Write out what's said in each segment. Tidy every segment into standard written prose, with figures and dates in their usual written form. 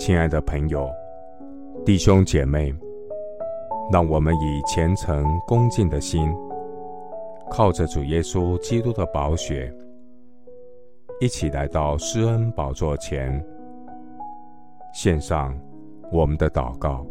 亲爱的朋友、弟兄姐妹，让我们以虔诚恭敬的心，靠着主耶稣基督的宝血，一起来到施恩宝座前，献上我们的祷告。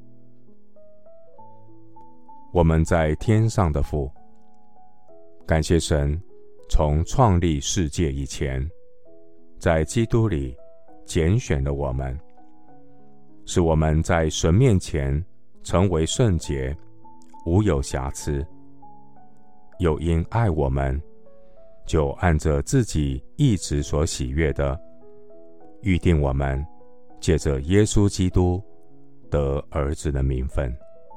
我们在天上的父，感谢神从创立世界以前，在基督里拣选了我们，使我们在神面前成为圣洁，无有瑕疵。又因爱我们，就按着自己意志所喜悦的，预定我们借着耶稣基督得儿子的名分。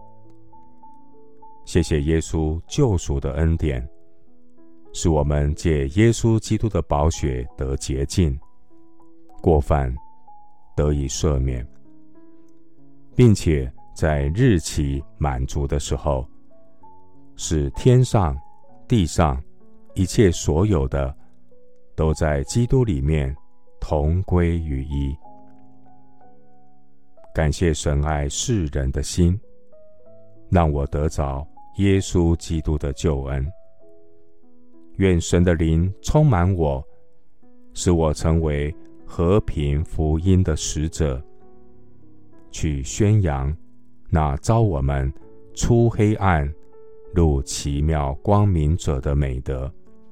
谢谢耶稣救赎的恩典，使我们借耶稣基督的宝血得洁净，过犯得以赦免，并且在日期满足的时候，使天上地上一切所有的都在基督里面同归于一。感谢神爱世人的心，让我得着耶稣基督的救恩。愿神的灵充满我，使我成为和平福音的使者，去宣扬那召我们出黑暗入奇妙光明者的美德。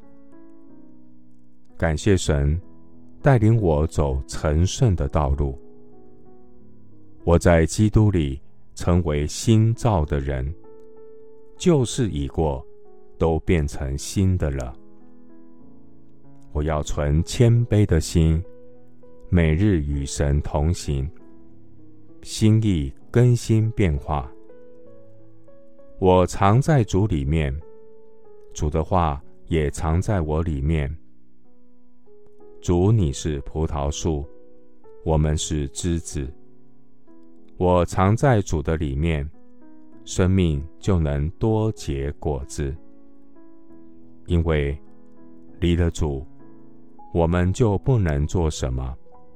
感谢神带领我走成圣的道路，我在基督里成为新造的人，旧事已过，都变成新的了。我要存谦卑的心，每日与神同行，心意更新变化。我常在主里面，主的话也常在我里面。主，你是葡萄树，我们是枝子。我常在主的里面，生命就能多结果子。因为离了主，我们就不能做什么。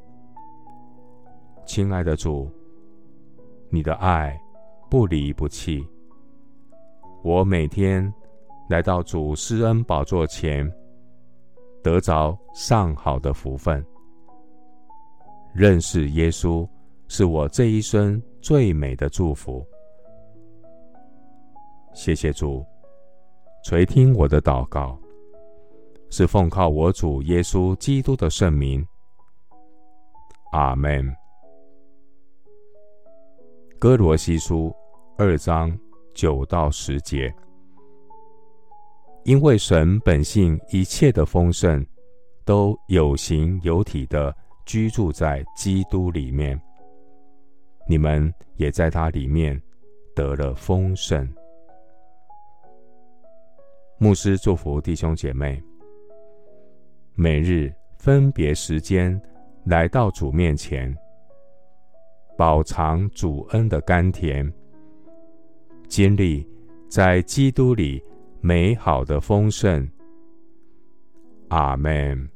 亲爱的主，你的爱不离不弃。我每天来到主施恩宝座前，得着上好的福分。认识耶稣是我这一生最美的祝福。谢谢主垂听我的祷告，是奉靠我主耶稣基督的圣名。阿们。哥罗西书2章9到10节。因为神本性一切的丰盛，都有形有体的居住在基督里面，你们也在他里面得了丰盛。牧师祝福弟兄姐妹，每日分别时间来到主面前，饱尝主恩的甘甜，经历在基督里美好的丰盛。阿们。